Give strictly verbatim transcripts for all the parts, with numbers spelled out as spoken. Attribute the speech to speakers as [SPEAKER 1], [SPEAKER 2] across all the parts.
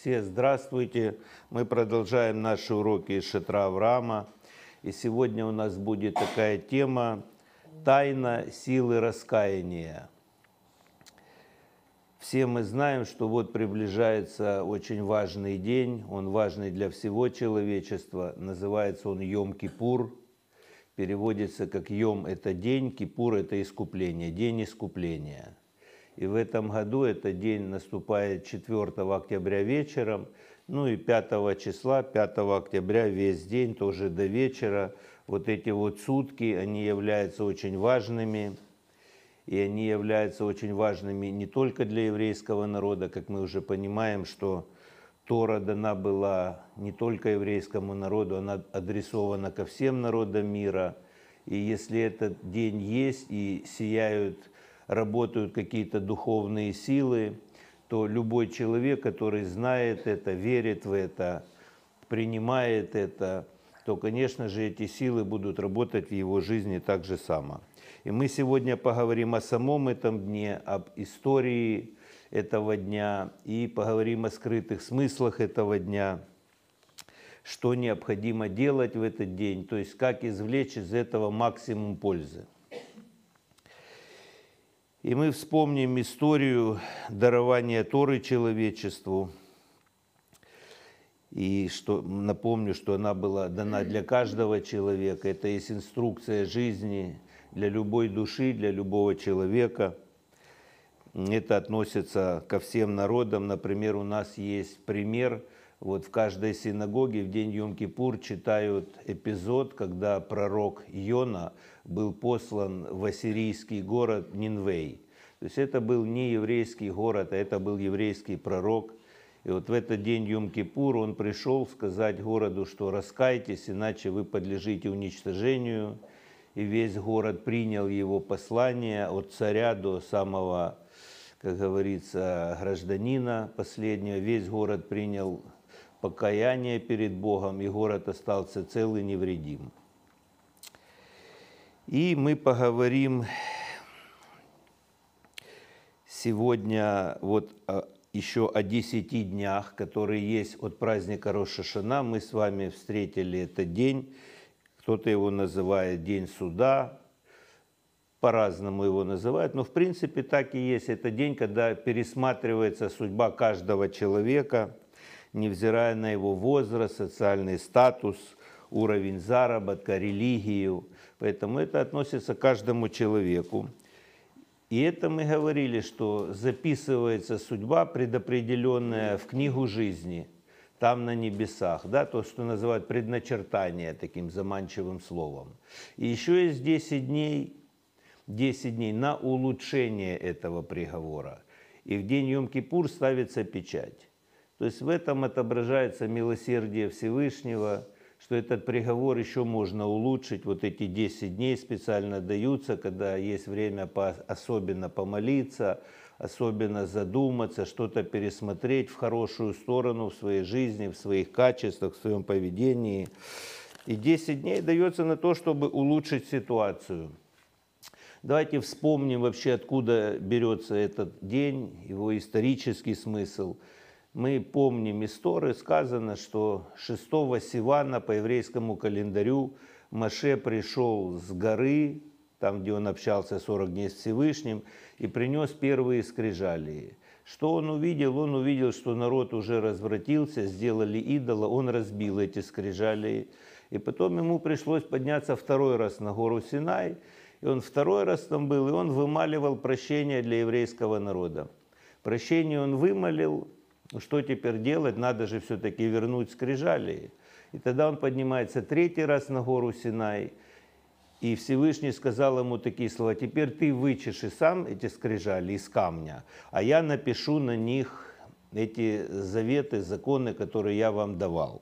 [SPEAKER 1] Все здравствуйте! Мы продолжаем наши уроки из Шатра Авраама. И сегодня у нас будет такая тема «Тайна силы раскаяния». Все мы знаем, что вот приближается очень важный день, он важный для всего человечества, называется он Йом-Кипур, переводится как Йом – это день, Кипур – это искупление, день искупления. И в этом году этот день наступает четвёртого октября вечером, ну и пятого числа, пятого октября весь день, тоже до вечера. Вот эти вот сутки, они являются очень важными. И они являются очень важными не только для еврейского народа, как мы уже понимаем, что Тора дана была не только еврейскому народу, она адресована ко всем народам мира. И если этот день есть и сияют, работают какие-то духовные силы, то любой человек, который знает это, верит в это, принимает это, то, конечно же, эти силы будут работать в его жизни так же само. И мы сегодня поговорим о самом этом дне, об истории этого дня и поговорим о скрытых смыслах этого дня, что необходимо делать в этот день, то есть как извлечь из этого максимум пользы. И мы вспомним историю дарования Торы человечеству. И что, напомню, что она была дана для каждого человека. Это есть инструкция жизни для любой души, для любого человека. Это относится ко всем народам. Например, у нас есть пример. Вот в каждой синагоге в день Йом-Кипур читают эпизод, когда пророк Йона был послан в ассирийский город Нинвей. То есть это был не еврейский город, а это был еврейский пророк. И вот в этот день Йом-Кипур он пришел сказать городу, что раскайтесь, иначе вы подлежите уничтожению. И весь город принял его послание от царя до самого, как говорится, гражданина последнего. Весь город принял покаяние перед Богом, и город остался цел и невредим. И мы поговорим сегодня вот еще о десяти днях, которые есть от праздника Рош ха-Шана. Мы с вами встретили этот день. Кто-то его называет День суда, по-разному его называют, но в принципе так и есть. Это день, когда пересматривается судьба каждого человека, невзирая на его возраст, социальный статус, уровень заработка, религию. Поэтому это относится к каждому человеку. И это мы говорили, что записывается судьба, предопределенная в книгу жизни, там на небесах, да, то, что называют предначертание таким заманчивым словом. И еще есть десять дней, десять дней на улучшение этого приговора. И в день Йом-Кипур ставится печать. То есть в этом отображается милосердие Всевышнего, что этот приговор еще можно улучшить. Вот эти десять дней специально даются, когда есть время по, особенно помолиться, особенно задуматься, что-то пересмотреть в хорошую сторону в своей жизни, в своих качествах, в своем поведении. И десять дней дается на то, чтобы улучшить ситуацию. Давайте вспомним вообще, откуда берется этот день, его исторический смысл. Мы помним из Торы, сказано, что шестого Сивана по еврейскому календарю Моше пришел с горы, там, где он общался сорок дней с Всевышним, и принес первые скрижали. Что он увидел? Он увидел, что народ уже развратился, сделали идола, он разбил эти скрижали. И потом ему пришлось подняться второй раз на гору Синай, и он второй раз там был, и он вымаливал прощение для еврейского народа. Прощение он вымолил. Что теперь делать? Надо же все-таки вернуть скрижали. И тогда он поднимается третий раз на гору Синай. И Всевышний сказал ему такие слова: теперь ты вычеши сам эти скрижали из камня, а я напишу на них эти заветы, законы, которые я вам давал.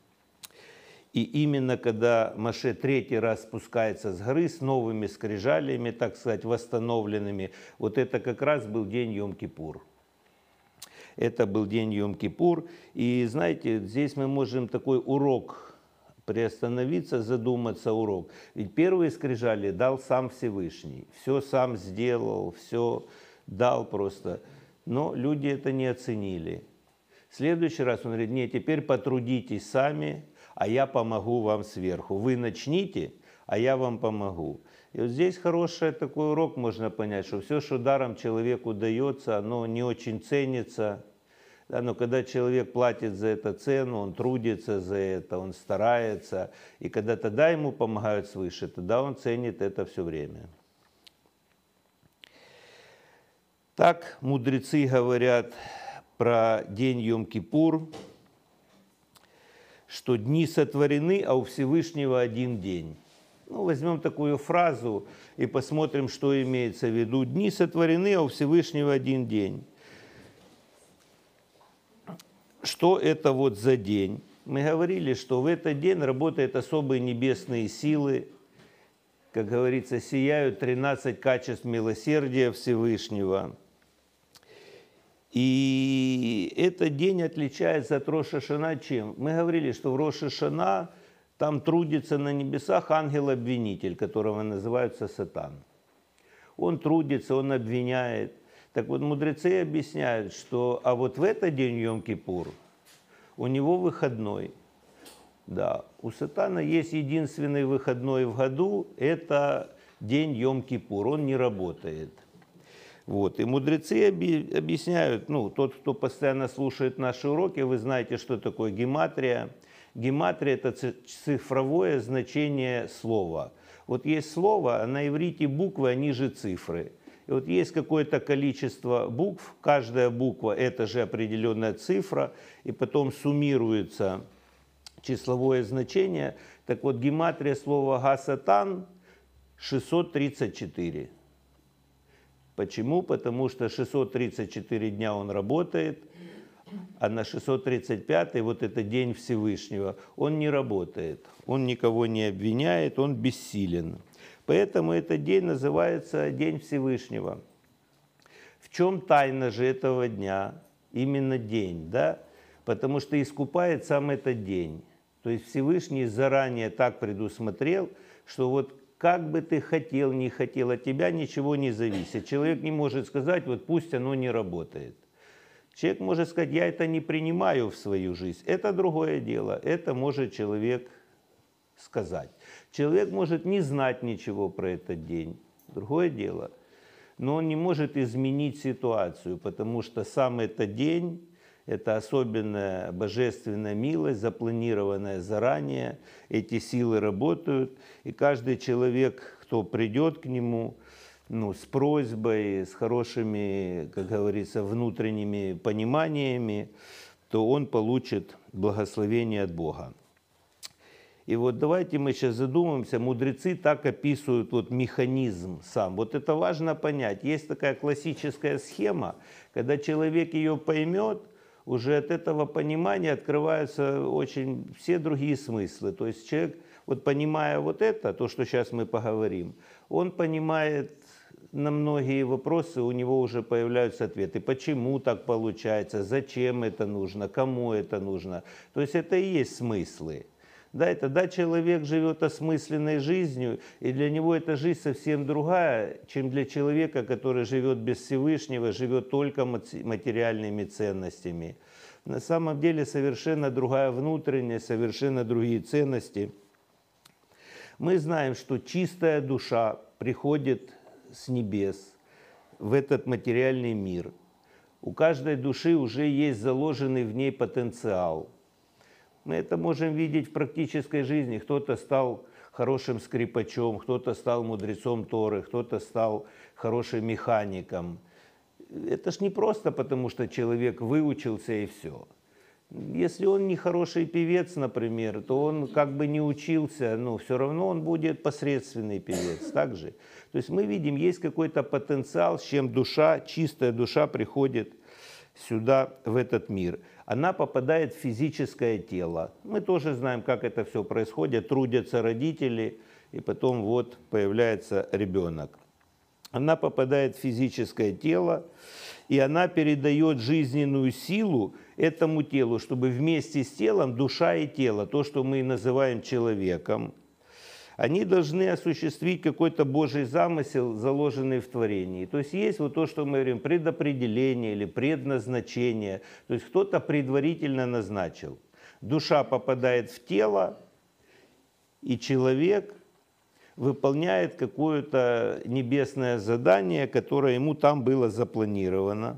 [SPEAKER 1] И именно когда Моше третий раз спускается с горы с новыми скрижалями, так сказать, восстановленными, вот это как раз был день Йом-Кипур. Это был день Йом-Кипур. И знаете, здесь мы можем такой урок приостановиться, задуматься урок. Ведь первые скрижали дал сам Всевышний. Все сам сделал, все дал просто. Но люди это не оценили. В следующий раз он говорит: нет, теперь потрудитесь сами, а я помогу вам сверху. Вы начните, а я вам помогу. И вот здесь хороший такой урок можно понять, что все, что даром человеку дается, оно не очень ценится. Да, но когда человек платит за это цену, он трудится за это, он старается, и когда тогда ему помогают свыше, тогда он ценит это все время. Так мудрецы говорят про день Йом-Кипур, что дни сотворены, а у Всевышнего один день. Ну, возьмем такую фразу и посмотрим, что имеется в виду. Дни сотворены, а у Всевышнего один день. Что это вот за день? Мы говорили, что в этот день работают особые небесные силы. Как говорится, сияют тринадцать качеств милосердия Всевышнего. И этот день отличается от Рош ха-Шана чем? Мы говорили, что в Рош ха-Шана там трудится на небесах ангел-обвинитель, которого называется Сатан. Он трудится, он обвиняет. Так вот, мудрецы объясняют, что а вот в этот день Йом-Кипур у него выходной. Да, у Сатана есть единственный выходной в году, это день Йом-Кипур, он не работает. Вот. И мудрецы объясняют, ну, тот, кто постоянно слушает наши уроки, вы знаете, что такое гематрия. Гематрия – это цифровое значение слова. Вот есть слово, а на иврите буквы, они же цифры. И вот есть какое-то количество букв, каждая буква – это же определенная цифра, и потом суммируется числовое значение. Так вот, гематрия слова «га-сатан» – шестьсот тридцать четыре. Почему? Потому что шестьсот тридцать четыре дня он работает, а на шестьсот тридцать пятый, вот это день Всевышнего, он не работает, он никого не обвиняет, он бессилен. Поэтому этот день называется День Всевышнего. В чем тайна же этого дня? Именно день, да? Потому что искупает сам этот день. То есть Всевышний заранее так предусмотрел, что вот как бы ты хотел, не хотел, от тебя ничего не зависит. Человек не может сказать, вот пусть оно не работает. Человек может сказать, я это не принимаю в свою жизнь. Это другое дело. Это может человек сказать. Человек может не знать ничего про этот день. Другое дело. Но он не может изменить ситуацию, потому что сам этот день – это особенная божественная милость, запланированная заранее. Эти силы работают. И каждый человек, кто придет к нему, ну, с просьбой, с хорошими, как говорится, внутренними пониманиями, то он получит благословение от Бога. И вот давайте мы сейчас задумаемся, мудрецы так описывают вот механизм сам. Вот это важно понять. Есть такая классическая схема, когда человек ее поймет, уже от этого понимания открываются очень все другие смыслы. То есть человек, вот понимая вот это, то, что сейчас мы поговорим, он понимает на многие вопросы, у него уже появляются ответы. Почему так получается, зачем это нужно, кому это нужно. То есть это и есть смыслы. Да, и тогда человек живет осмысленной жизнью, и для него эта жизнь совсем другая, чем для человека, который живет без Всевышнего, живет только материальными ценностями. На самом деле совершенно другая внутренняя, совершенно другие ценности. Мы знаем, что чистая душа приходит с небес в этот материальный мир. У каждой души уже есть заложенный в ней потенциал. Мы это можем видеть в практической жизни. Кто-то стал хорошим скрипачом, кто-то стал мудрецом Торы, кто-то стал хорошим механиком. Это ж не просто потому, что человек выучился и все. Если он не хороший певец, например, то он как бы не учился, но все равно он будет посредственный певец. Так же? То есть мы видим, есть какой-то потенциал, с чем душа, чистая душа приходит сюда, в этот мир. Она попадает в физическое тело. Мы тоже знаем, как это все происходит. Трудятся родители, и потом вот появляется ребенок. Она попадает в физическое тело, и она передает жизненную силу этому телу, чтобы вместе с телом душа и тело, то, что мы называем человеком, они должны осуществить какой-то Божий замысел, заложенный в творении. То есть есть вот то, что мы говорим, предопределение или предназначение. То есть кто-то предварительно назначил. Душа попадает в тело, и человек выполняет какое-то небесное задание, которое ему там было запланировано.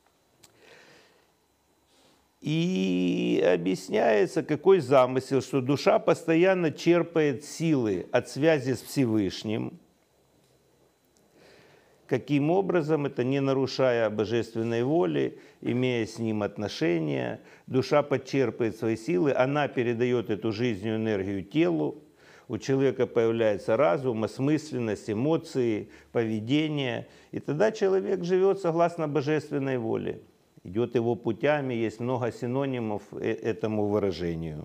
[SPEAKER 1] И объясняется, какой замысел, что душа постоянно черпает силы от связи с Всевышним. Каким образом? Это не нарушая божественной воли, имея с ним отношения. Душа подчерпает свои силы, она передает эту жизненную энергию телу. У человека появляется разум, осмысленность, эмоции, поведение. И тогда человек живет согласно божественной воле. Идет его путями, есть много синонимов этому выражению.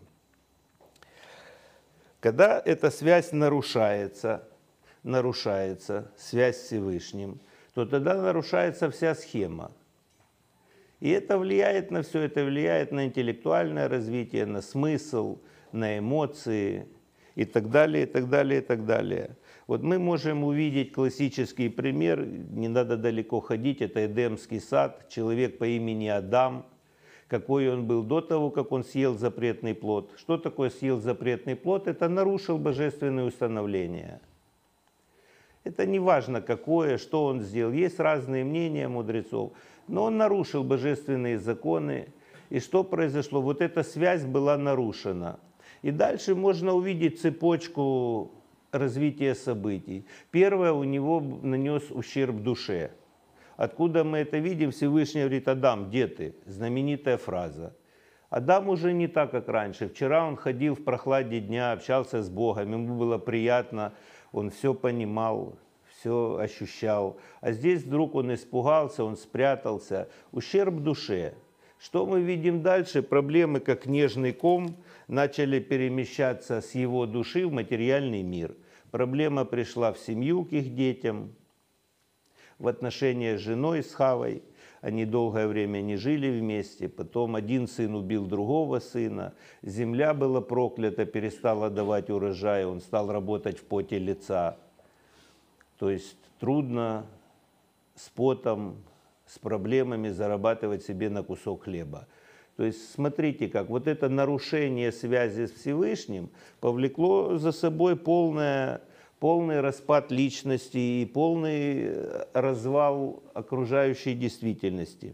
[SPEAKER 1] Когда эта связь нарушается, нарушается, связь с Всевышним, то тогда нарушается вся схема. И это влияет на все, это влияет на интеллектуальное развитие, на смысл, на эмоции и так далее, и так далее, и так далее. Вот мы можем увидеть классический пример, не надо далеко ходить, это Эдемский сад, человек по имени Адам, какой он был до того, как он съел запретный плод. Что такое съел запретный плод? Это нарушил божественные установления. Это не важно какое, что он сделал, есть разные мнения мудрецов, но он нарушил божественные законы, и что произошло? Вот эта связь была нарушена. И дальше можно увидеть цепочку развития событий. Первое, у него нанес ущерб душе. Откуда мы это видим? Всевышний говорит: Адам, где ты? Знаменитая фраза. Адам уже не так, как раньше. Вчера он ходил в прохладе дня, общался с Богом, ему было приятно, он все понимал, все ощущал. А здесь вдруг он испугался, он спрятался. Ущерб душе. Что мы видим дальше? Проблемы, как нежный ком, начали перемещаться с его души в материальный мир. Проблема пришла в семью к их детям, в отношения с женой, с Хавой. Они долгое время не жили вместе. Потом один сын убил другого сына. Земля была проклята, перестала давать урожай. Он стал работать в поте лица. То есть трудно с потом, с проблемами зарабатывать себе на кусок хлеба. То есть смотрите как, вот это нарушение связи с Всевышним повлекло за собой полное, полный распад личности и полный развал окружающей действительности.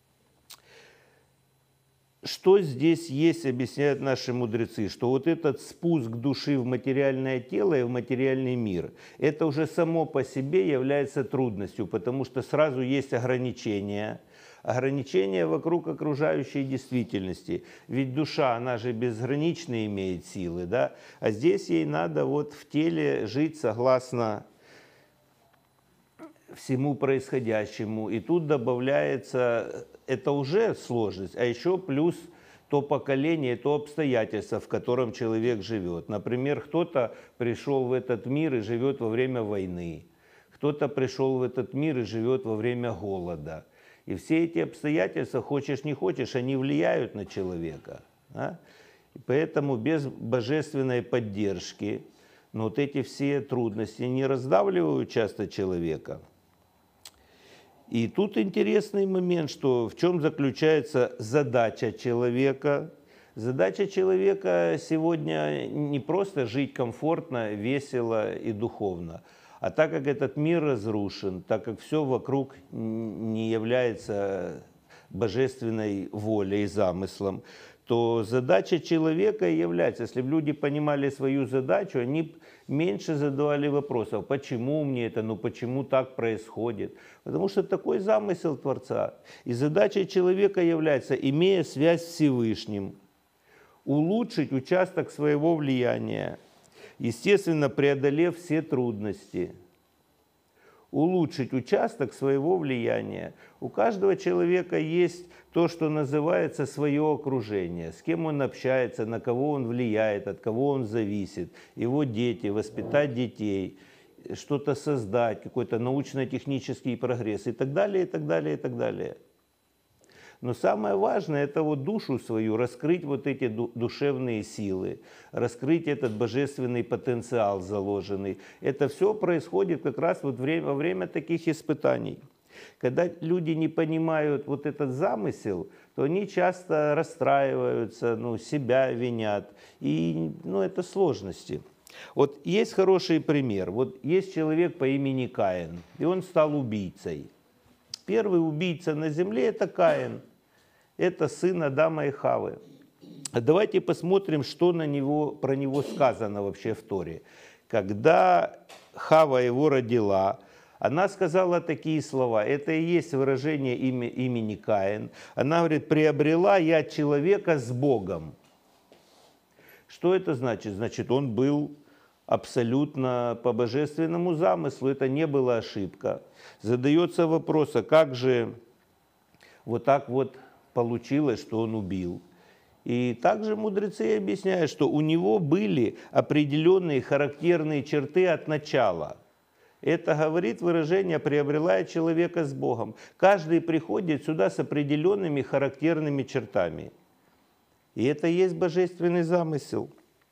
[SPEAKER 1] Что здесь есть, объясняют наши мудрецы, что вот этот спуск души в материальное тело и в материальный мир, это уже само по себе является трудностью, потому что сразу есть ограничения, ограничения вокруг окружающей действительности. Ведь душа, она же безгранично имеет силы, да? А здесь ей надо вот в теле жить согласно всему происходящему. И тут добавляется, это уже сложность, а еще плюс то поколение, то обстоятельства, в котором человек живет. Например, кто-то пришел в этот мир и живет во время войны, кто-то пришел в этот мир и живет во время голода. И все эти обстоятельства, хочешь не хочешь, они влияют на человека. Да? И поэтому без божественной поддержки, ну, вот эти все трудности не раздавливают часто человека. И тут интересный момент, что в чем заключается задача человека. Задача человека сегодня не просто жить комфортно, весело и духовно, а так как этот мир разрушен, так как все вокруг не является божественной волей и замыслом, то задача человека является, если бы люди понимали свою задачу, они меньше задавали вопросов, почему мне это, ну почему так происходит. Потому что такой замысел Творца. И задача человека является, имея связь с Всевышним, улучшить участок своего влияния, естественно, преодолев все трудности. Улучшить участок своего влияния. У каждого человека есть то, что называется свое окружение, с кем он общается, на кого он влияет, от кого он зависит, его дети, воспитать детей, что-то создать, какой-то научно-технический прогресс и так далее, и так далее, и так далее. Но самое важное – это вот душу свою, раскрыть вот эти душевные силы, раскрыть этот божественный потенциал заложенный. Это все происходит как раз вот во время таких испытаний. Когда люди не понимают вот этот замысел, то они часто расстраиваются, ну, себя винят. И ну, это сложности. Вот есть хороший пример. Вот есть человек по имени Каин, и он стал убийцей. Первый убийца на земле – это Каин. Это сын Адама и Хавы. А давайте посмотрим, что на него, про него сказано вообще в Торе. Когда Хава его родила, она сказала такие слова. Это и есть выражение имя, имени Каин. Она говорит: «Приобрела я человека с Богом». Что это значит? Значит, он был абсолютно по божественному замыслу. Это не была ошибка. Задается вопрос, а как же вот так вот получилось, что он убил? И также мудрецы объясняют, что у него были определенные характерные черты от начала. Это говорит выражение «приобрела я человека с Богом». Каждый приходит сюда с определенными характерными чертами. И это и есть божественный замысел.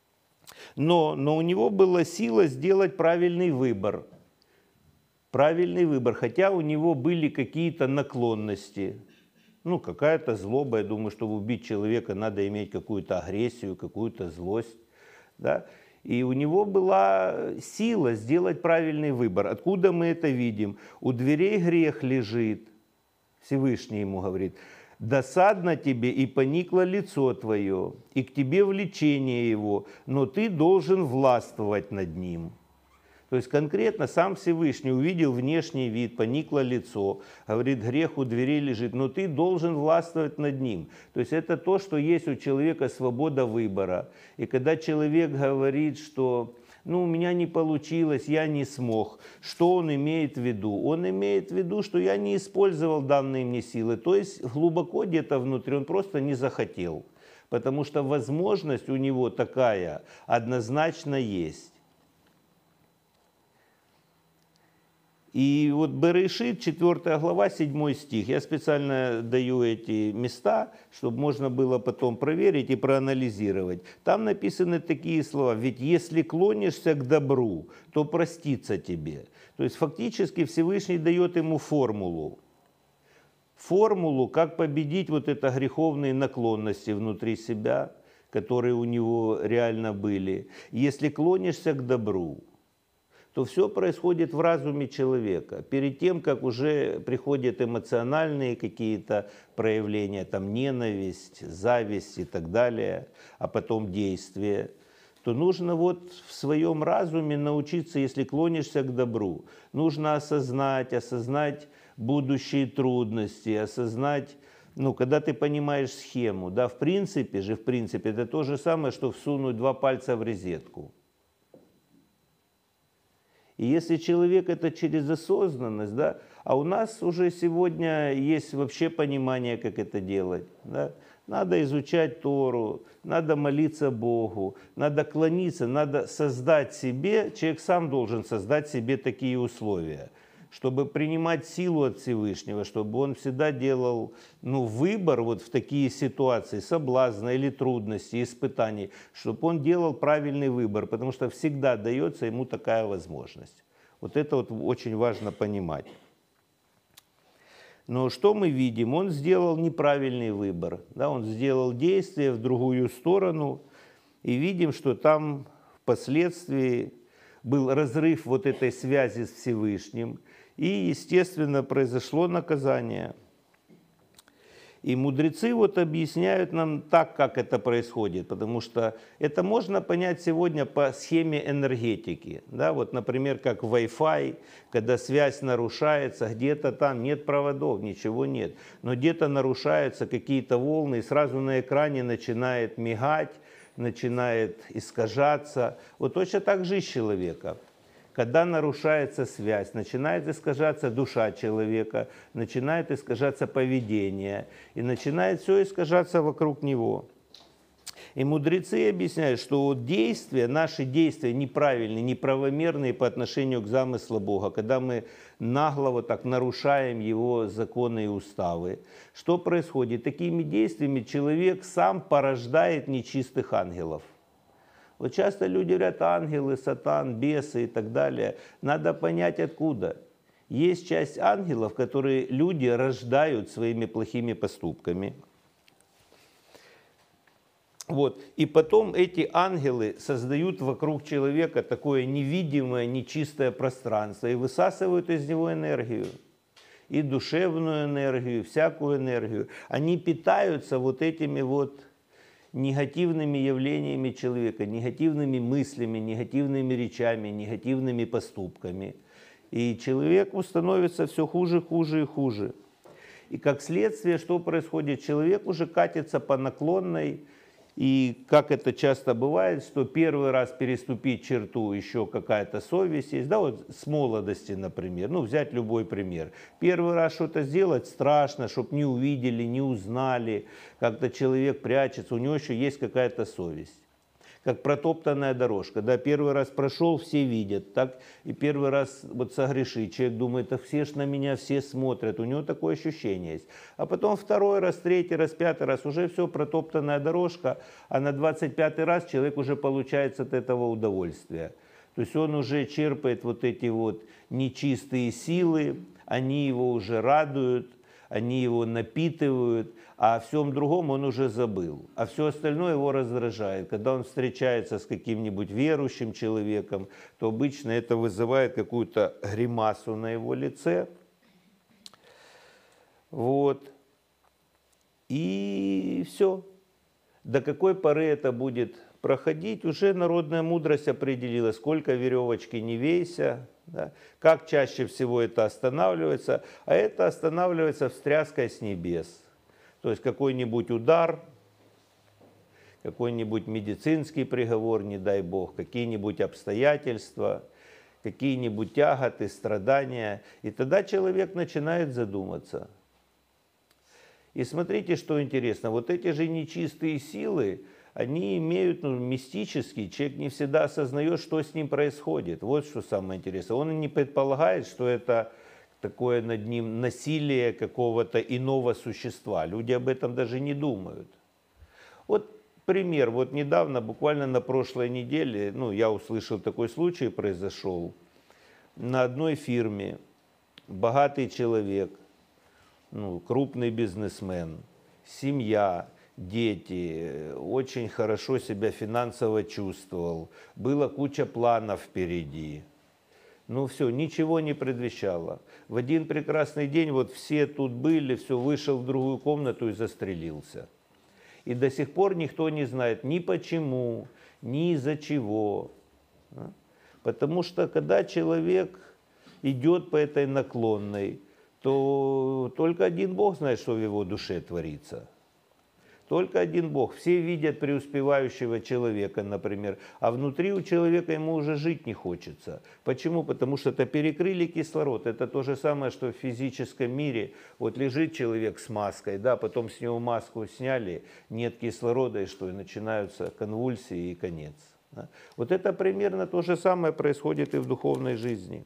[SPEAKER 1] Но, но у него была сила сделать правильный выбор. Правильный выбор, хотя у него были какие-то наклонности. Ну, какая-то злоба. Я думаю, чтобы убить человека, надо иметь какую-то агрессию, какую-то злость. Да? И у него была сила сделать правильный выбор. Откуда мы это видим? У дверей грех лежит. Всевышний ему говорит: «Досадно тебе, и поникло лицо твое, и к тебе влечение его, но ты должен властвовать над ним». То есть конкретно сам Всевышний увидел внешний вид, поникло лицо, говорит: грех у дверей лежит, но ты должен властвовать над ним. То есть это то, что есть у человека свобода выбора. И когда человек говорит, что ну, у меня не получилось, я не смог, что он имеет в виду? Он имеет в виду, что я не использовал данные мне силы, то есть глубоко где-то внутри он просто не захотел, потому что возможность у него такая однозначно есть. И вот Берешит, четвёртая глава, седьмой стих. Я специально даю эти места, чтобы можно было потом проверить и проанализировать. Там написаны такие слова: «Ведь если клонишься к добру, то простится тебе». То есть фактически Всевышний дает ему формулу. Формулу, как победить вот это греховные наклонности внутри себя, которые у него реально были. Если клонишься к добру, то все происходит в разуме человека. Перед тем, как уже приходят эмоциональные какие-то проявления, там ненависть, зависть и так далее, а потом действия, то нужно вот в своем разуме научиться, если клонишься к добру, нужно осознать, осознать будущие трудности, осознать, ну, когда ты понимаешь схему, да, в принципе же, в принципе, это то же самое, что всунуть два пальца в розетку. И если человек это через осознанность, да, а у нас уже сегодня есть вообще понимание, как это делать. Да? Надо изучать Тору, надо молиться Богу, надо клониться, надо создать себе, человек сам должен создать себе такие условия, чтобы принимать силу от Всевышнего, чтобы он всегда делал ну, выбор вот в такие ситуации, соблазна или трудностей, испытаний, чтобы он делал правильный выбор, потому что всегда дается ему такая возможность. Вот это вот очень важно понимать. Но что мы видим? Он сделал неправильный выбор. Да? Он сделал действие в другую сторону, и видим, что там впоследствии был разрыв вот этой связи с Всевышним, и, естественно, произошло наказание. И мудрецы вот объясняют нам так, как это происходит, потому что это можно понять сегодня по схеме энергетики. Да? Вот, например, как Wi-Fi, когда связь нарушается, где-то там нет проводов, ничего нет, но где-то нарушаются какие-то волны, и сразу на экране начинает мигать, начинает искажаться. Вот точно так жизнь человека. Когда нарушается связь, начинает искажаться душа человека, начинает искажаться поведение, и начинает все искажаться вокруг него. И мудрецы объясняют, что вот действия, наши действия неправильные, неправомерные по отношению к замыслу Бога, когда мы нагло вот так нарушаем Его законы и уставы. Что происходит? Такими действиями человек сам порождает нечистых ангелов. Вот часто люди говорят: ангелы, сатан, бесы и так далее. Надо понять, откуда. Есть часть ангелов, которые люди рождают своими плохими поступками. Вот. И потом эти ангелы создают вокруг человека такое невидимое, нечистое пространство и высасывают из него энергию. И душевную энергию, всякую энергию. Они питаются вот этими вот негативными явлениями человека, негативными мыслями, негативными речами, негативными поступками. И человеку становится все хуже, хуже и хуже. И как следствие, что происходит? Человек уже катится по наклонной. И как это часто бывает, что первый раз переступить черту еще какая-то совесть есть. Да, вот с молодости, например, ну взять любой пример. Первый раз что-то сделать страшно, чтобы не увидели, не узнали. Как-то человек прячется, у него еще есть какая-то совесть. Как протоптанная дорожка. Да, первый раз прошел, все видят. Так и первый раз вот согрешит. Человек думает: да все ж на меня, все смотрят. У него такое ощущение есть. А потом второй раз, третий раз, пятый раз. Уже все протоптанная дорожка. А на двадцать пятый раз человек уже получает от этого удовольствие. То есть он уже черпает вот эти вот нечистые силы. Они его уже радуют. Они его напитывают, а о всем другом он уже забыл. А все остальное его раздражает. Когда он встречается с каким-нибудь верующим человеком, то обычно это вызывает какую-то гримасу на его лице. Вот. И все. До какой поры это будет проходить, уже народная мудрость определила: сколько веревочки не вейся, да, как чаще всего это останавливается, а это останавливается встряской с небес. То есть какой-нибудь удар, какой-нибудь медицинский приговор, не дай бог, какие-нибудь обстоятельства, какие-нибудь тяготы, страдания, и тогда человек начинает задуматься. И смотрите, что интересно, вот эти же нечистые силы, они имеют, ну, мистический, человек не всегда осознает, что с ним происходит. Вот что самое интересное. Он не предполагает, что это такое над ним насилие какого-то иного существа. Люди об этом даже не думают. Вот пример. Вот недавно, буквально на прошлой неделе, ну, я услышал, такой случай произошел. На одной фирме богатый человек, ну, крупный бизнесмен, семья, дети, очень хорошо себя финансово чувствовал, была куча планов впереди. Ну все, ничего не предвещало. В один прекрасный день вот все тут были, все, вышел в другую комнату и застрелился. И до сих пор никто не знает ни почему, ни из-за чего. Потому что когда человек идет по этой наклонной, то только один Бог знает, что в его душе творится. Только один Бог. Все видят преуспевающего человека, например, а внутри у человека ему уже жить не хочется. Почему? Потому что это перекрыли кислород. Это то же самое, что в физическом мире. Вот лежит человек с маской, да, потом с него маску сняли, нет кислорода, и что? И начинаются конвульсии и конец. Да? Вот это примерно то же самое происходит и в духовной жизни.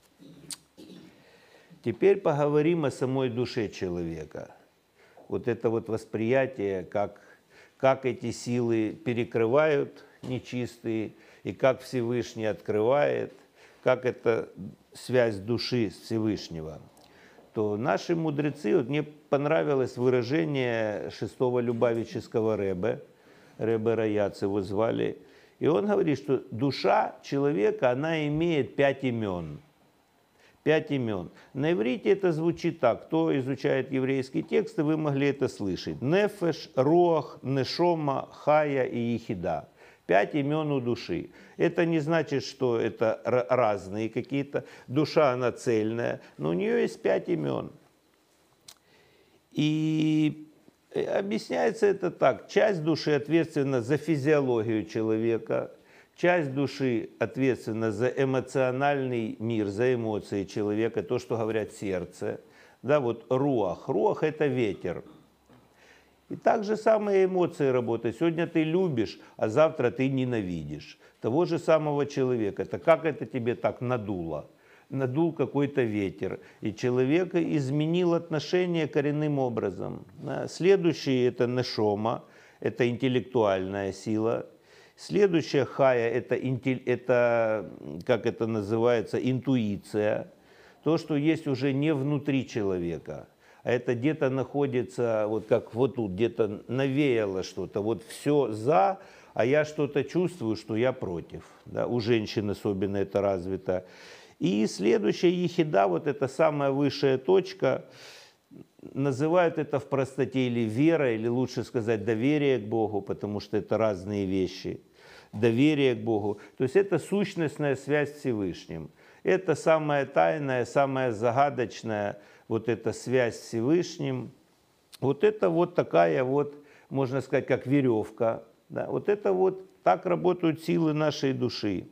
[SPEAKER 1] Теперь поговорим о самой душе человека. Вот это вот восприятие, как, как эти силы перекрывают нечистые, и как Всевышний открывает, как это связь души с Всевышнего. То наши мудрецы, вот мне понравилось выражение шестого любавического ребе, ребе Раяц его звали, и он говорит, что душа человека, она имеет пять имен. Пять имен. На иврите это звучит так. Кто изучает еврейские тексты, вы могли это слышать. Нефеш, Руах, Нешома, Хая и Ехида. Пять имен у души. Это не значит, что это разные какие-то. Душа, она цельная, но у нее есть пять имен. И объясняется это так. Часть души ответственна за физиологию человека. Часть души ответственна за эмоциональный мир, за эмоции человека, то, что говорят сердце. Да, вот руах. Руах – это ветер. И так же самое эмоции работают. Сегодня ты любишь, а завтра ты ненавидишь того же самого человека. Это как это тебе так надуло? Надул какой-то ветер, и человек изменил отношение коренным образом. Следующий это нешома, это интеллектуальная сила. Следующая хая это, это, как это называется, интуиция. То, что есть уже не внутри человека, а это где-то находится, вот как вот тут, где-то навеяло что-то. Вот все за, а я что-то чувствую, что я против. Да? У женщин особенно это развито. И следующая ехида, вот эта самая высшая точка, называют это в простоте или вера, или лучше сказать доверие к Богу, потому что это разные вещи. Доверие к Богу. То есть это сущностная связь с Всевышним. Это самая тайная, самая загадочная вот эта связь с Всевышним. Вот это вот такая вот, можно сказать, как веревка. Да? Вот это вот так работают силы нашей души.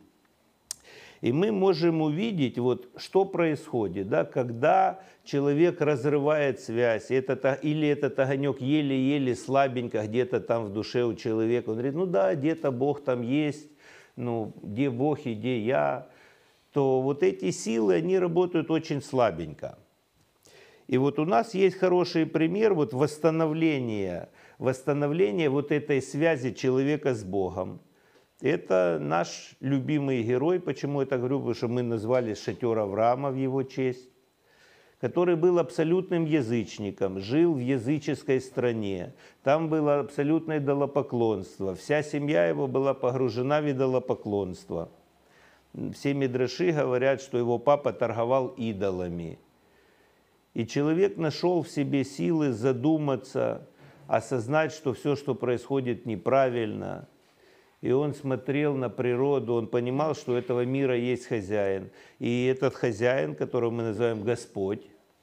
[SPEAKER 1] И мы можем увидеть, вот, что происходит, да, когда человек разрывает связь, это, или этот огонек еле-еле слабенько где-то там в душе у человека. Он говорит, ну да, где-то Бог там есть, ну где Бог и где я. То вот эти силы, они работают очень слабенько. И вот у нас есть хороший пример вот восстановления, восстановления вот этой связи человека с Богом. Это наш любимый герой, почему я так говорю, потому что мы назвали шатер Авраама в его честь, который был абсолютным язычником, жил в языческой стране, там было абсолютное идолопоклонство, вся семья его была погружена в идолопоклонство. Все мидраши говорят, что его папа торговал идолами. И человек нашел в себе силы задуматься, осознать, что все, что происходит, неправильно. И он смотрел на природу, он понимал, что у этого мира есть хозяин. И этот хозяин, которого мы называем Господь,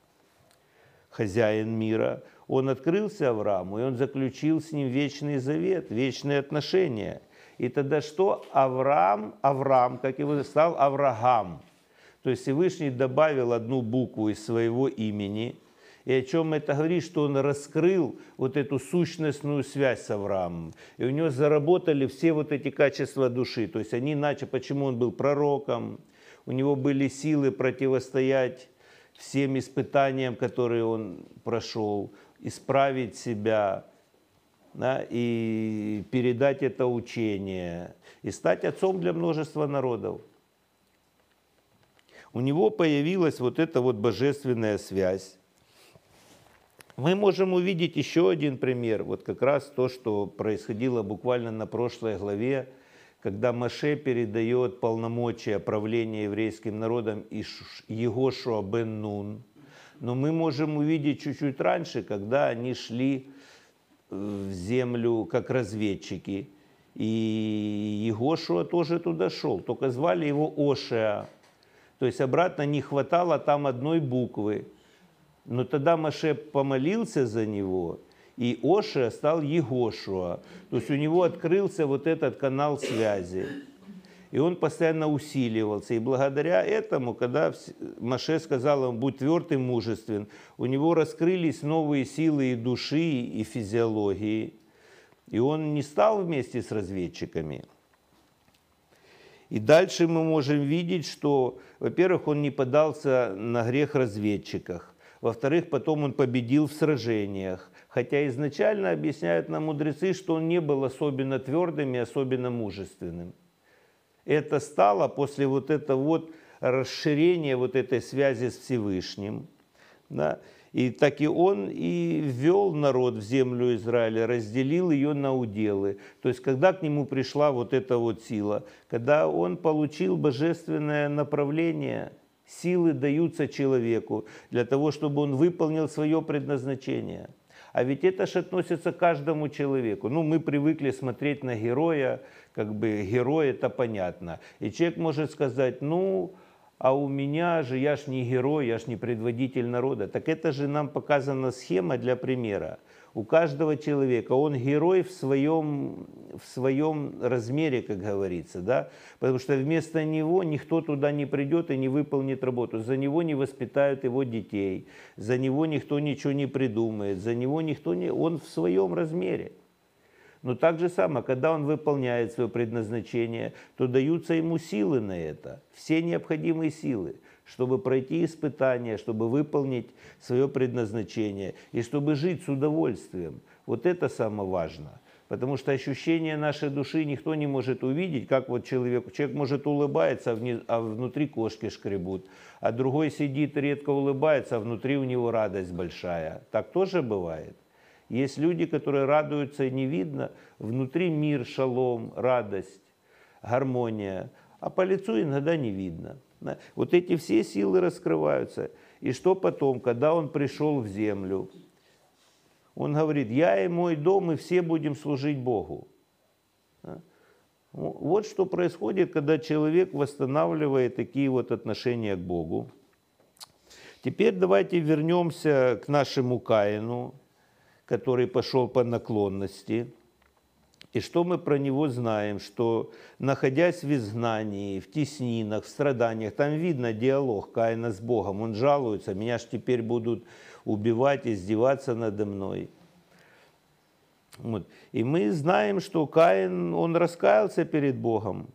[SPEAKER 1] хозяин мира, он открылся Аврааму, и он заключил с ним вечный завет, вечные отношения. И тогда что? Авраам, Авраам, как его стал Авраам. То есть Всевышний добавил одну букву из своего имени. И о чем это говорит, что он раскрыл вот эту сущностную связь с Авраамом. И у него заработали все вот эти качества души. То есть они начали, почему он был пророком, у него были силы противостоять всем испытаниям, которые он прошел, исправить себя, да, и передать это учение, и стать отцом для множества народов. У него появилась вот эта вот божественная связь. Мы можем увидеть еще один пример, вот как раз то, что происходило буквально на прошлой главе, когда Моше передает полномочия правления еврейским народом Йегошуа бен Нун. Но мы можем увидеть чуть-чуть раньше, когда они шли в землю как разведчики, и Йегошуа тоже туда шел, только звали его Ошеа. То есть обратно не хватало там одной буквы. Но тогда Моше помолился за него, и Ошеа стал Йегошуа. То есть у него открылся вот этот канал связи. И он постоянно усиливался. И благодаря этому, когда Моше сказал ему, будь тверд и мужествен, у него раскрылись новые силы и души, и физиологии. И он не стал вместе с разведчиками. И дальше мы можем видеть, что, во-первых, он не поддался на грех разведчиках. Во-вторых, потом он победил в сражениях. Хотя изначально объясняют нам мудрецы, что он не был особенно твердым и особенно мужественным. Это стало после вот этого вот расширения вот этой связи с Всевышним. Да? И так и он и ввел народ в землю Израиля, разделил ее на уделы. То есть, когда к нему пришла вот эта вот сила, когда он получил божественное направление, силы даются человеку для того, чтобы он выполнил свое предназначение. А ведь это же относится к каждому человеку. Ну, мы привыкли смотреть на героя, как бы герой это понятно. И человек может сказать, ну, а у меня же, я ж не герой, я ж не предводитель народа. Так это же нам показана схема для примера. У каждого человека он герой в своем, в своем размере, как говорится, да? Потому что вместо него никто туда не придет и не выполнит работу. За него не воспитают его детей, за него никто ничего не придумает, за него никто не... Он в своем размере. Но так же самое, когда он выполняет свое предназначение, то даются ему силы на это, все необходимые силы, чтобы пройти испытания, чтобы выполнить свое предназначение и чтобы жить с удовольствием. Вот это самое важное. Потому что ощущение нашей души никто не может увидеть, как вот человек, человек может улыбается, а, вниз, а внутри кошки шкребут, а другой сидит редко улыбается, а внутри у него радость большая. Так тоже бывает. Есть люди, которые радуются и не видно, внутри мир, шалом, радость, гармония, а по лицу иногда не видно. Вот эти все силы раскрываются. И что потом, когда он пришел в землю, он говорит, я и мой дом, и все будем служить Богу. Вот что происходит, когда человек восстанавливает такие вот отношения к Богу. Теперь давайте вернемся к нашему Каину, который пошел по наклонности. И что мы про него знаем? Что, находясь в изгнании, в теснинах, в страданиях, там видно диалог Каина с Богом. Он жалуется, меня ж теперь будут убивать, издеваться надо мной. Вот. И мы знаем, что Каин, он раскаялся перед Богом.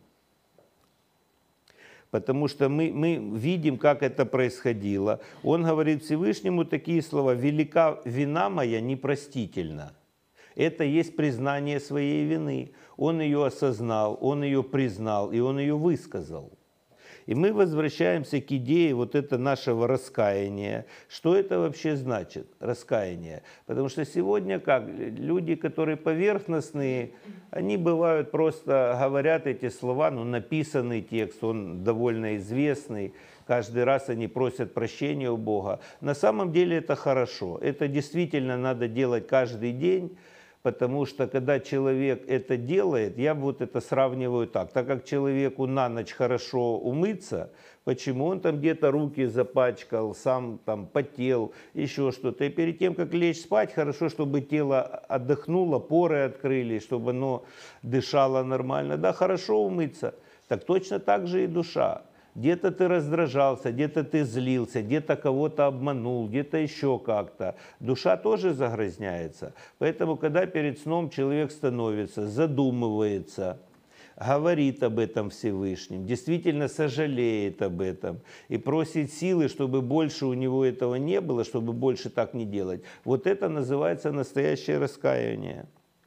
[SPEAKER 1] Потому что мы, мы видим, как это происходило. Он говорит Всевышнему такие слова: «Велика вина моя непростительна». Это есть признание своей вины. Он ее осознал, он ее признал, и он ее высказал. И мы возвращаемся к идее вот это нашего раскаяния. Что это вообще значит, раскаяние? Потому что сегодня как? Люди, которые поверхностные, они бывают просто говорят эти слова, ну написанный текст, он довольно известный. Каждый раз они просят прощения у Бога. На самом деле это хорошо. Это действительно надо делать каждый день. Потому что, когда человек это делает, я вот это сравниваю так, так как человеку на ночь хорошо умыться, почему он там где-то руки запачкал, сам там потел, еще что-то. И перед тем, как лечь спать, хорошо, чтобы тело отдохнуло, поры открылись, чтобы оно дышало нормально. Да, хорошо умыться. Так точно так же и душа. Где-то ты раздражался, где-то ты злился, где-то кого-то обманул, где-то еще как-то. Душа тоже загрязняется. Поэтому, когда перед сном человек становится, задумывается, говорит об этом Всевышнем, действительно сожалеет об этом и просит силы, чтобы больше у него этого не было, чтобы больше так не делать, вот это называется настоящее раскаяние.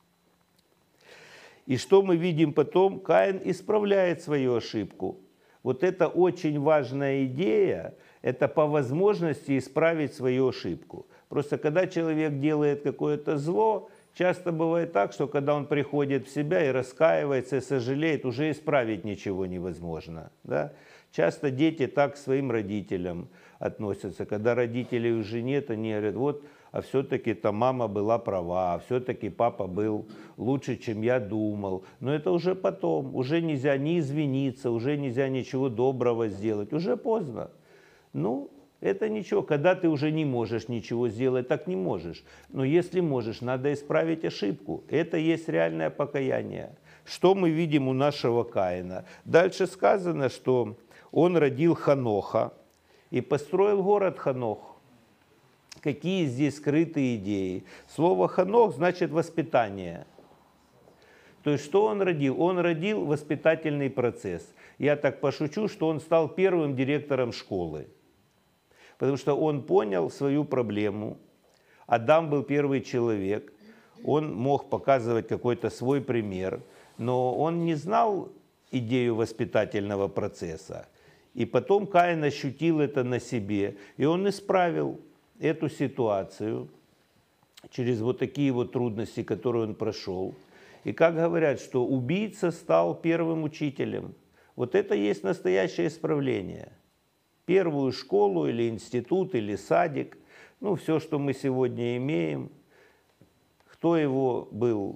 [SPEAKER 1] И что мы видим потом? Каин исправляет свою ошибку. Вот это очень важная идея, это по возможности исправить свою ошибку. Просто когда человек делает какое-то зло, часто бывает так, что когда он приходит в себя и раскаивается, и сожалеет, уже исправить ничего невозможно. Да? Часто дети так к своим родителям относятся. Когда родителей уже нет, они говорят, вот, а все-таки там мама была права, а все-таки папа был лучше, чем я думал. Но это уже потом, уже нельзя ни извиниться, уже нельзя ничего доброго сделать, уже поздно. Ну, это ничего, когда ты уже не можешь ничего сделать, так не можешь. Но если можешь, надо исправить ошибку. Это есть реальное покаяние. Что мы видим у нашего Каина? Дальше сказано, что он родил Ханоха и построил город Ханох. Какие здесь скрытые идеи? Слово «ханох» значит «воспитание». То есть, что он родил? Он родил воспитательный процесс. Я так пошучу, что он стал первым директором школы. Потому что он понял свою проблему. Адам был первый человек. Он мог показывать какой-то свой пример. Но он не знал идею воспитательного процесса. И потом Каин ощутил это на себе. И он исправил эту ситуацию через вот такие вот трудности, которые он прошел. И как говорят, что убийца стал первым учителем. Вот это есть настоящее исправление. Первую школу или институт, или садик, ну все, что мы сегодня имеем, кто его был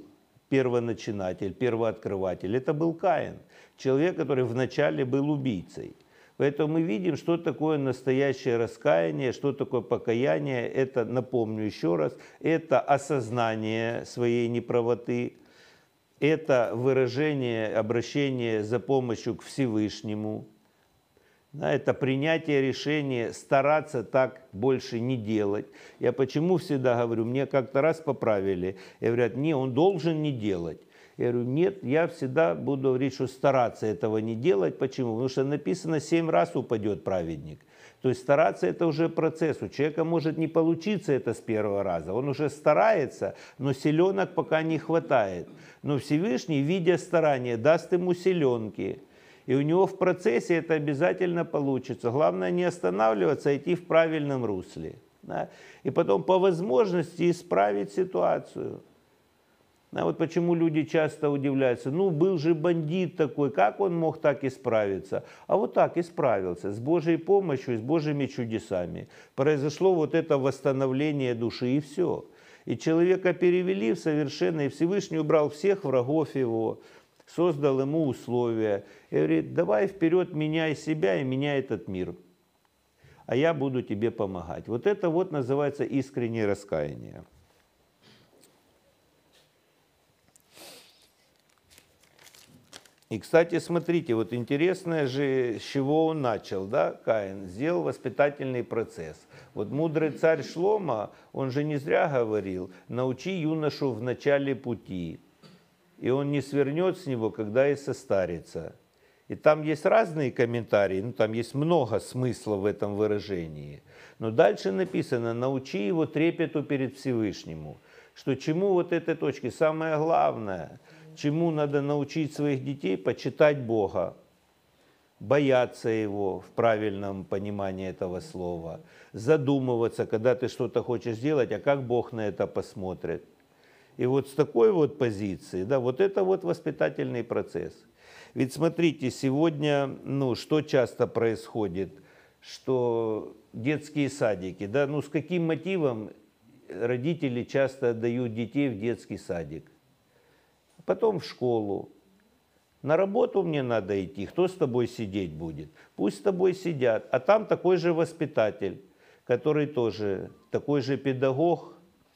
[SPEAKER 1] первоначинатель, первооткрыватель? Это был Каин, человек, который вначале был убийцей. Поэтому мы видим, что такое настоящее раскаяние, что такое покаяние. Это, напомню еще раз, это осознание своей неправоты, это выражение, обращение за помощью к Всевышнему, да, это принятие решения стараться так больше не делать. Я почему всегда говорю, мне как-то раз поправили, и говорят, не, он должен не делать. Я говорю, нет, я всегда буду говорить, что стараться этого не делать. Почему? Потому что написано, семь раз упадет праведник. То есть стараться это уже процесс. У человека может не получиться это с первого раза. Он уже старается, но селенок пока не хватает. Но Всевышний, видя старания, даст ему селенки. И у него в процессе это обязательно получится. Главное не останавливаться, а идти в правильном русле. Да? И потом по возможности исправить ситуацию. А вот почему люди часто удивляются, ну был же бандит такой, как он мог так исправиться? А вот так исправился, с Божьей помощью, с Божьими чудесами. Произошло вот это восстановление души и все. И человека перевели в совершенно, и Всевышний убрал всех врагов его, создал ему условия. И говорит, давай вперед, меняй себя и меняй этот мир. А я буду тебе помогать. Вот это вот называется искреннее раскаяние. И, кстати, смотрите, вот интересно же, с чего он начал, да, Каин, сделал воспитательный процесс. Вот мудрый царь Шломо, он же не зря говорил, научи юношу в начале пути, и он не свернет с него, когда и состарится. И там есть разные комментарии, ну, там есть много смысла в этом выражении. Но дальше написано, научи его трепету перед Всевышнему. Что чему вот этой точки? Самое главное, чему надо научить своих детей? Почитать Бога, бояться Его в правильном понимании этого слова, задумываться, когда ты что-то хочешь сделать, а как Бог на это посмотрит. И вот с такой вот позиции, да, вот это вот воспитательный процесс. Ведь смотрите, сегодня, ну, что часто происходит, что детские садики, да, ну, с каким мотивом родители часто отдают детей в детский садик? Потом в школу. На работу мне надо идти, кто с тобой сидеть будет? Пусть с тобой сидят. А там такой же воспитатель, который тоже такой же педагог,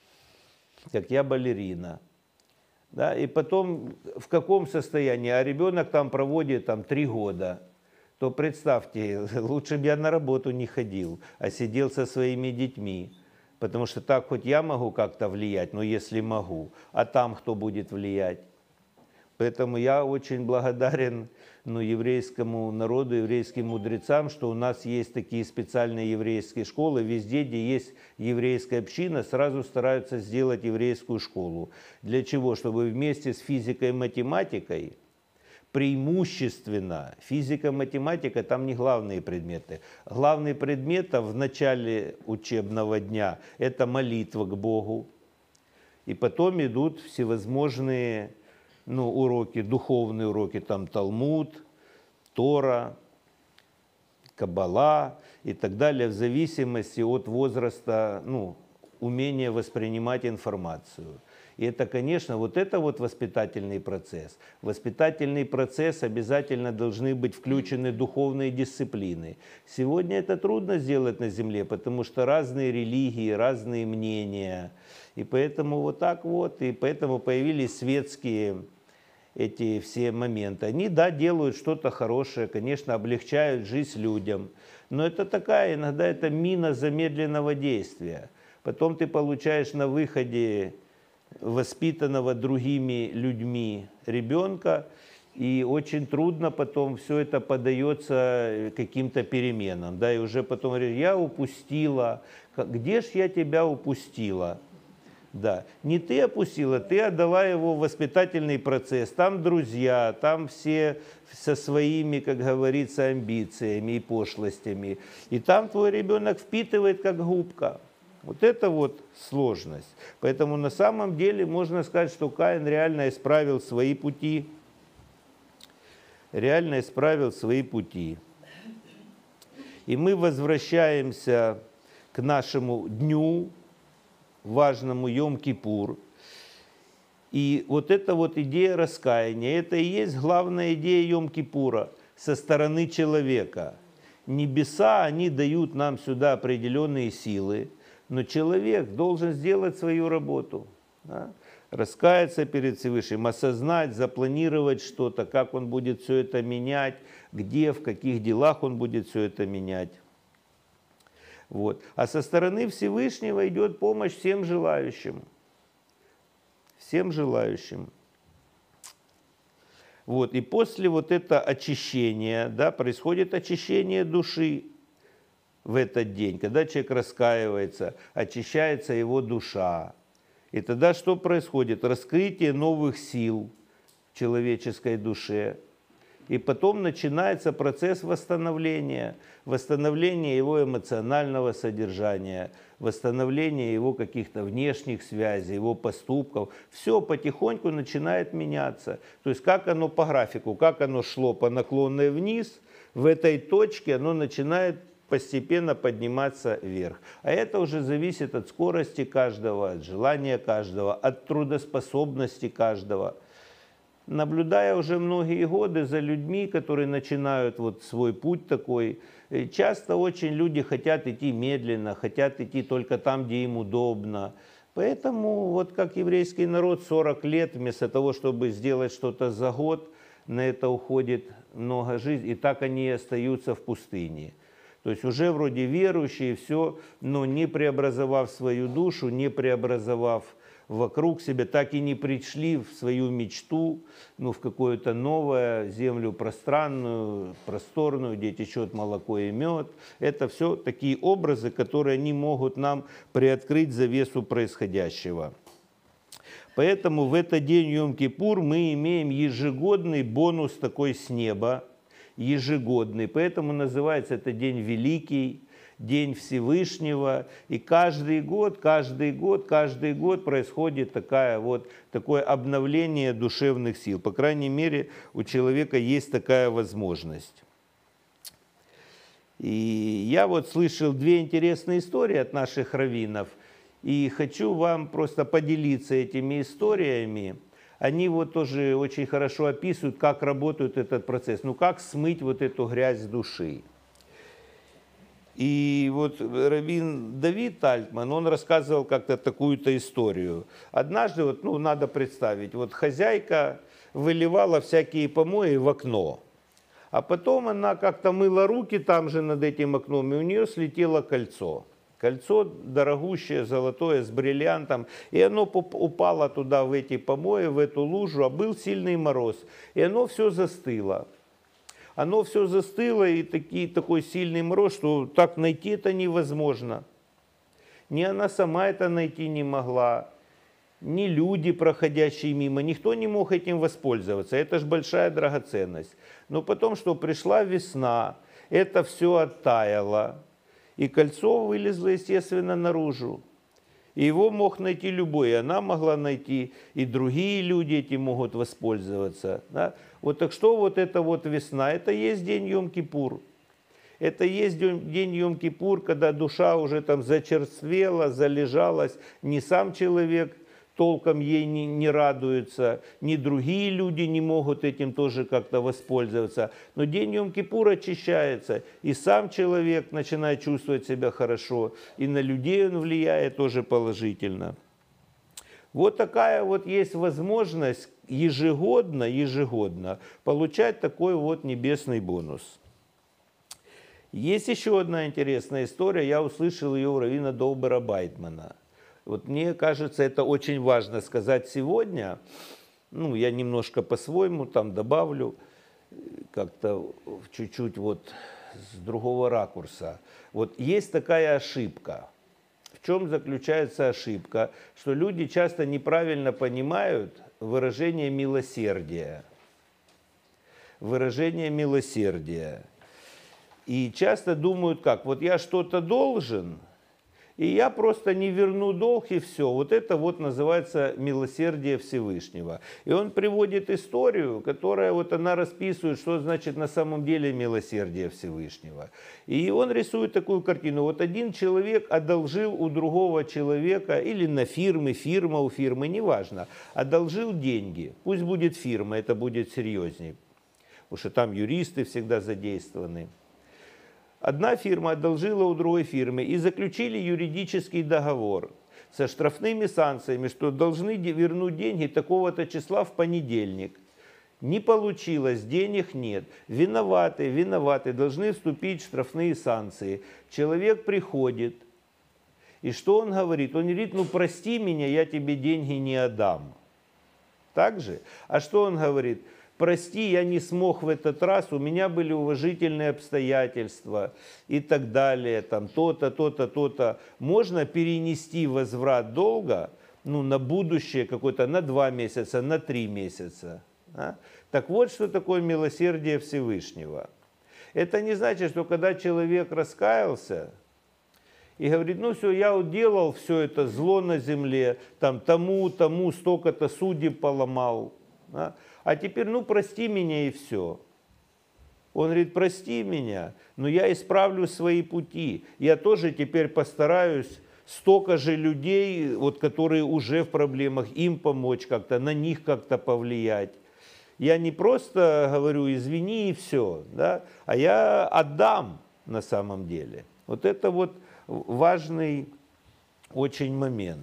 [SPEAKER 1] как я балерина. Да? И потом в каком состоянии? А ребенок там проводит там, три года. То представьте, лучше бы я на работу не ходил, а сидел со своими детьми. Потому что так хоть я могу как-то влиять, но если могу, а там кто будет влиять? Поэтому я очень благодарен ну, еврейскому народу, еврейским мудрецам, что у нас есть такие специальные еврейские школы. Везде, где есть еврейская община, сразу стараются сделать еврейскую школу. Для чего? Чтобы вместе с физикой и математикой, преимущественно, физика, математика, там не главные предметы. Главный предмет в начале учебного дня – это молитва к Богу. И потом идут всевозможные ну, уроки, духовные уроки, там Талмуд, Тора, Каббала и так далее, в зависимости от возраста, ну, умения воспринимать информацию. И это, конечно, вот это вот воспитательный процесс. В воспитательный процесс обязательно должны быть включены духовные дисциплины. Сегодня это трудно сделать на земле, потому что разные религии, разные мнения. И поэтому вот так вот, и поэтому появились светские эти все моменты. Они, да, делают что-то хорошее, конечно, облегчают жизнь людям. Но это такая, иногда это мина замедленного действия. Потом ты получаешь на выходе воспитанного другими людьми ребенка, и очень трудно потом все это поддается каким-то переменам. Да, и уже потом говоришь, я упустила, где ж я тебя упустила? Да, не ты опустила, ты отдала его в воспитательный процесс. Там друзья, там все со своими, как говорится, амбициями и пошлостями. И там твой ребенок впитывает как губка. Вот это вот сложность. Поэтому на самом деле можно сказать, что Каин реально исправил свои пути. Реально исправил свои пути. И мы возвращаемся к нашему дню, важному Йом-Кипур. И вот эта вот идея раскаяния, это и есть главная идея Йом-Кипура со стороны человека. небеса, они дают нам сюда определенные силы, но человек должен сделать свою работу. Да? Раскаяться перед Всевышним, осознать, запланировать что-то, как он будет все это менять, где, в каких делах он будет все это менять. Вот. А со стороны Всевышнего идет помощь всем желающим. Всем желающим. Вот. И после вот этого очищения, да, происходит очищение души в этот день. Когда человек раскаивается, очищается его душа. И тогда что происходит? Раскрытие новых сил в человеческой душе. И потом начинается процесс восстановления, восстановления его эмоционального содержания, восстановления его каких-то внешних связей, его поступков. Все потихоньку начинает меняться. То есть как оно по графику, как оно шло по наклонной вниз, в этой точке оно начинает постепенно подниматься вверх. А это уже зависит от скорости каждого, от желания каждого, от трудоспособности каждого. Наблюдая уже многие годы за людьми, которые начинают вот свой путь такой, часто очень люди хотят идти медленно, хотят идти только там, где им удобно. Поэтому вот как еврейский народ сорок лет, вместо того, чтобы сделать что-то за год, на это уходит много жизни, и так они и остаются в пустыне. То есть уже вроде верующие, все, но не преобразовав свою душу, не преобразовав вокруг себя, так и не пришли в свою мечту, ну, в какую-то новую землю пространную, просторную, где течет молоко и мед. Это все такие образы, которые не могут нам приоткрыть завесу происходящего. Поэтому в этот день Йом-Кипур мы имеем ежегодный бонус такой с неба, ежегодный. Поэтому называется это день великий, День Всевышнего, и каждый год, каждый год, каждый год происходит такая вот, такое обновление душевных сил. По крайней мере, у человека есть такая возможность. И я вот слышал две интересные истории от наших раввинов, и хочу вам просто поделиться этими историями. Они вот тоже очень хорошо описывают, как работает этот процесс, ну как смыть вот эту грязь с души. И вот раввин Давид Альтман, он рассказывал как-то такую-то историю. Однажды, вот, ну, надо представить, вот хозяйка выливала всякие помои в окно, а потом она как-то мыла руки там же над этим окном, и у нее слетело кольцо. Кольцо дорогущее, золотое, с бриллиантом, и оно упало туда, в эти помои, в эту лужу, а был сильный мороз, и оно все застыло. Оно все застыло, и таки, такой сильный мороз, что так найти это невозможно. Ни она сама это найти не могла, ни люди, проходящие мимо, никто не мог этим воспользоваться. Это же большая драгоценность. Но потом, что пришла весна, это все оттаяло, и кольцо вылезло, естественно, наружу. И его мог найти любой, и она могла найти, и другие люди этим могут воспользоваться. Да? Вот так что вот это вот весна, это есть день Йом-Кипур. Это есть день Йом-Кипур, когда душа уже там зачерствела, залежалась, не сам человек толком ей не, не радуется, ни другие люди не могут этим тоже как-то воспользоваться. Но день Йом-Кипур очищается, и сам человек начинает чувствовать себя хорошо, и на людей он влияет тоже положительно. Вот такая вот есть возможность ежегодно, ежегодно получать такой вот небесный бонус. Есть еще одна интересная история, я услышал ее у раввина Довбера Байтмана. Вот мне кажется, это очень важно сказать сегодня. Ну, я немножко по-своему там добавлю, как-то чуть-чуть вот с другого ракурса. Вот есть такая ошибка. В чем заключается ошибка? Что люди часто неправильно понимают выражение милосердия. Выражение милосердия. И часто думают как, вот я что-то должен, и я просто не верну долг, и все. Вот это вот называется милосердие Всевышнего. И он приводит историю, которая вот она расписывает, что значит на самом деле милосердие Всевышнего. И он рисует такую картину. Вот один человек одолжил у другого человека, или на фирмы, фирма у фирмы, неважно, одолжил деньги. Пусть будет фирма, это будет серьезнее, потому что там юристы всегда задействованы. одна фирма одолжила у другой фирмы и заключили юридический договор со штрафными санкциями, что должны вернуть деньги такого-то числа в понедельник. Не получилось, денег нет. Виноваты, виноваты, должны вступить в штрафные санкции. Человек приходит, и что он говорит? Он говорит, ну прости меня, я тебе деньги не отдам. Так же? А что он говорит? Прости, я не смог в этот раз, у меня были уважительные обстоятельства и так далее, там то-то, то-то, то-то. Можно перенести возврат долга, ну, на будущее какое-то, на два месяца, на три месяца. А? Так вот, что такое милосердие Всевышнего. Это не значит, что когда человек раскаялся и говорит, ну все, я уделал все это зло на земле, там тому, тому столько-то судеб поломал, а? А теперь, ну, прости меня и все. Он говорит, прости меня, но я исправлю свои пути. Я тоже теперь постараюсь столько же людей, вот, которые уже в проблемах, им помочь как-то, на них как-то повлиять. Я не просто говорю, извини и все, да, а я отдам на самом деле. Вот это вот важный очень момент.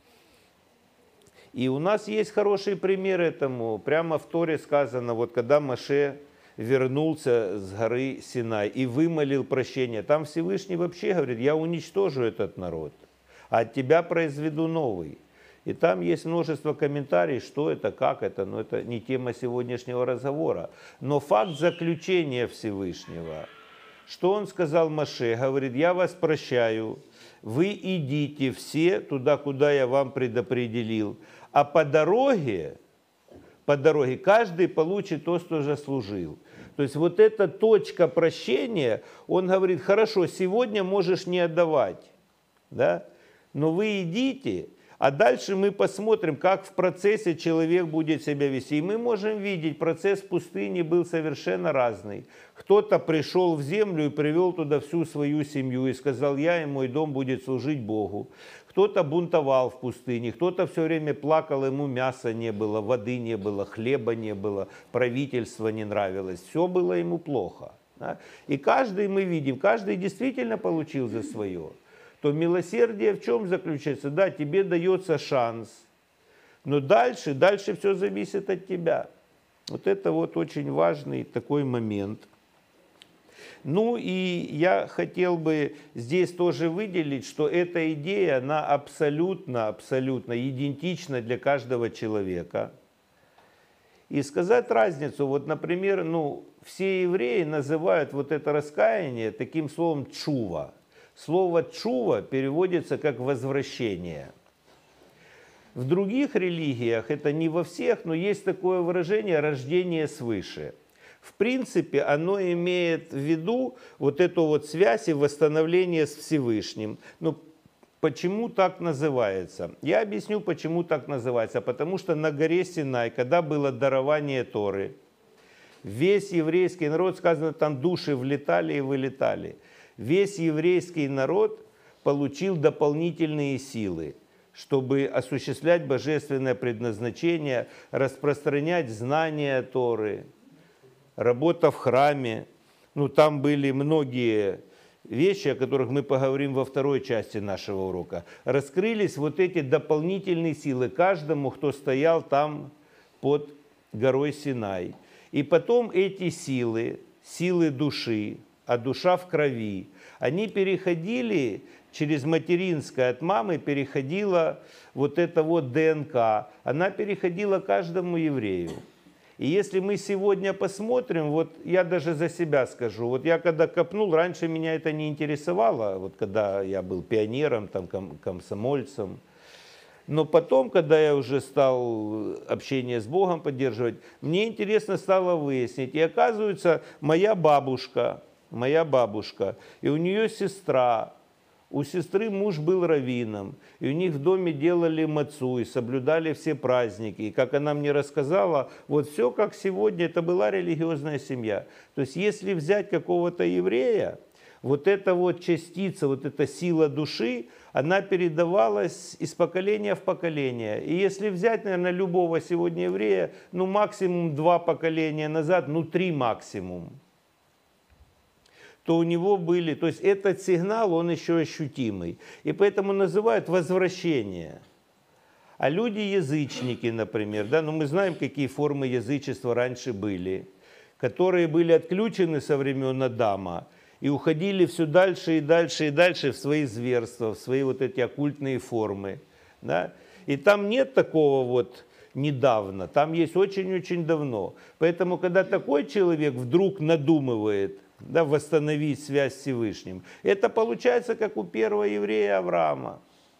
[SPEAKER 1] И у нас есть хороший пример этому. Прямо в Торе сказано, вот когда Моше вернулся с горы Синай и вымолил прощение, там Всевышний вообще говорит, я уничтожу этот народ, а от тебя произведу новый. И там есть множество комментариев, что это, как это, но это не тема сегодняшнего разговора. Но факт заключения Всевышнего, что он сказал Моше, говорит, я вас прощаю, вы идите все туда, куда я вам предопределил, а по дороге, по дороге каждый получит то, что заслужил. То есть вот эта точка прощения, он говорит, хорошо, сегодня можешь не отдавать, да? Но вы идите, а дальше мы посмотрим, как в процессе человек будет себя вести. И мы можем видеть, процесс в пустыне был совершенно разный. Кто-то пришел в землю и привел туда всю свою семью и сказал, я и мой дом будет служить Богу. Кто-то бунтовал в пустыне, кто-то все время плакал, ему мяса не было, воды не было, хлеба не было, правительство не нравилось, все было ему плохо. Да? И каждый мы видим, каждый действительно получил за свое. То милосердие в чем заключается? Да, тебе дается шанс, но дальше, дальше все зависит от тебя. Вот это вот очень важный такой момент. Ну и я хотел бы здесь тоже выделить, что эта идея, она абсолютно, абсолютно идентична для каждого человека. И сказать разницу, вот, например, ну, все евреи называют вот это раскаяние таким словом «чува». Слово «чува» переводится как «возвращение». В других религиях, это не во всех, но есть такое выражение «рождение свыше». В принципе, оно имеет в виду вот эту вот связь и восстановление с Всевышним. Но почему так называется? Я объясню, почему так называется. Потому что на горе Синай, когда было дарование Торы, весь еврейский народ, сказано, там души влетали и вылетали. Весь еврейский народ получил дополнительные силы, чтобы осуществлять божественное предназначение, распространять знания Торы, работа в храме. Ну, там были многие вещи, о которых мы поговорим во второй части нашего урока. Раскрылись вот эти дополнительные силы каждому, кто стоял там под горой Синай. И потом эти силы, силы души, а душа в крови, они переходили через материнское, от мамы переходила вот эта вот ДНК, она переходила каждому еврею. И если мы сегодня посмотрим, вот я даже за себя скажу, вот я когда копнул, раньше меня это не интересовало, вот когда я был пионером, там, ком комсомольцем, но потом, когда я уже стал общение с Богом поддерживать, мне интересно стало выяснить, и оказывается, моя бабушка, моя бабушка, и у нее сестра, у сестры муж был раввином, и у них в доме делали мацу, и соблюдали все праздники. И как она мне рассказала, вот все как сегодня, это была религиозная семья. То есть если взять какого-то еврея, вот эта вот частица, вот эта сила души, она передавалась из поколения в поколение. И если взять, наверное, любого сегодня еврея, ну максимум два поколения назад, ну три максимум, то у него были, то есть этот сигнал, он еще ощутимый. И поэтому называют возвращение. А люди-язычники, например, да, ну мы знаем, какие формы язычества раньше были, которые были отключены со времен Адама и уходили все дальше и дальше и дальше в свои зверства, в свои вот эти оккультные формы. Да? И там нет такого вот недавно, там есть очень-очень давно. Поэтому, когда такой человек вдруг надумывает, да, восстановить связь с Всевышним, это получается, как у первого еврея Авраама.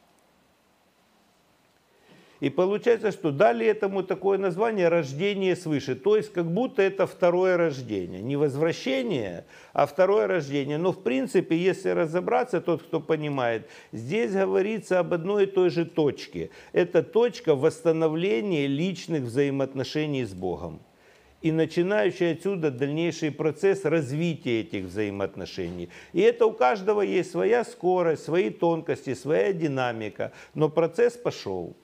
[SPEAKER 1] И получается, что дали этому такое название «рождение свыше». То есть, как будто это второе рождение. Не возвращение, а второе рождение. Но, в принципе, если разобраться, тот, кто понимает, здесь говорится об одной и той же точке. Это точка восстановления личных взаимоотношений с Богом. И начинающий отсюда дальнейший процесс развития этих взаимоотношений. И это у каждого есть своя скорость, свои тонкости, своя динамика. Но процесс пошел.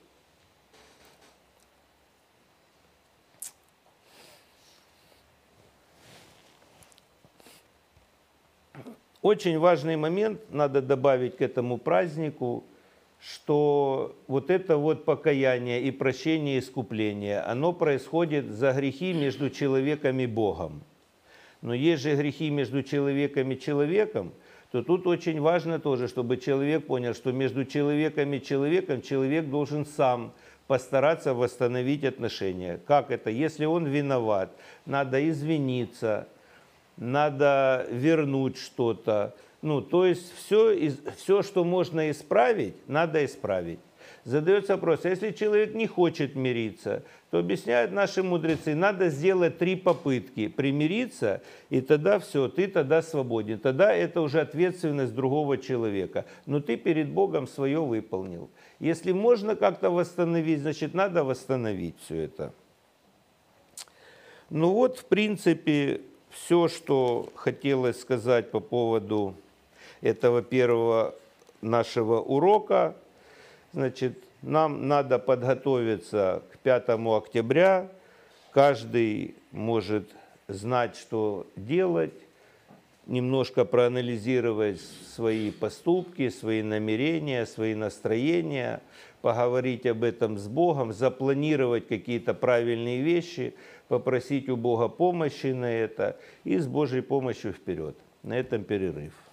[SPEAKER 1] Очень важный момент, надо добавить к этому празднику, что вот это вот покаяние и прощение, и искупление, оно происходит за грехи между человеком и Богом. Но есть же грехи между человеком и человеком, то тут очень важно тоже, чтобы человек понял, что между человеком и человеком человек должен сам постараться восстановить отношения. Как это? Если он виноват, надо извиниться, надо вернуть что-то. Ну, то есть все, все, что можно исправить, надо исправить. Задается вопрос, если человек не хочет мириться, то объясняют наши мудрецы, надо сделать три попытки примириться, и тогда все, ты тогда свободен. Тогда это уже ответственность другого человека. Но ты перед Богом свое выполнил. Если можно как-то восстановить, значит, надо восстановить все это. Ну вот, в принципе, все, что хотелось сказать по поводу этого первого нашего урока. Значит, нам надо подготовиться к пятому октября. Каждый может знать, что делать, немножко проанализировать свои поступки, свои намерения, свои настроения, поговорить об этом с Богом, запланировать какие-то правильные вещи, попросить у Бога помощи на это и с Божьей помощью вперед. На этом перерыв.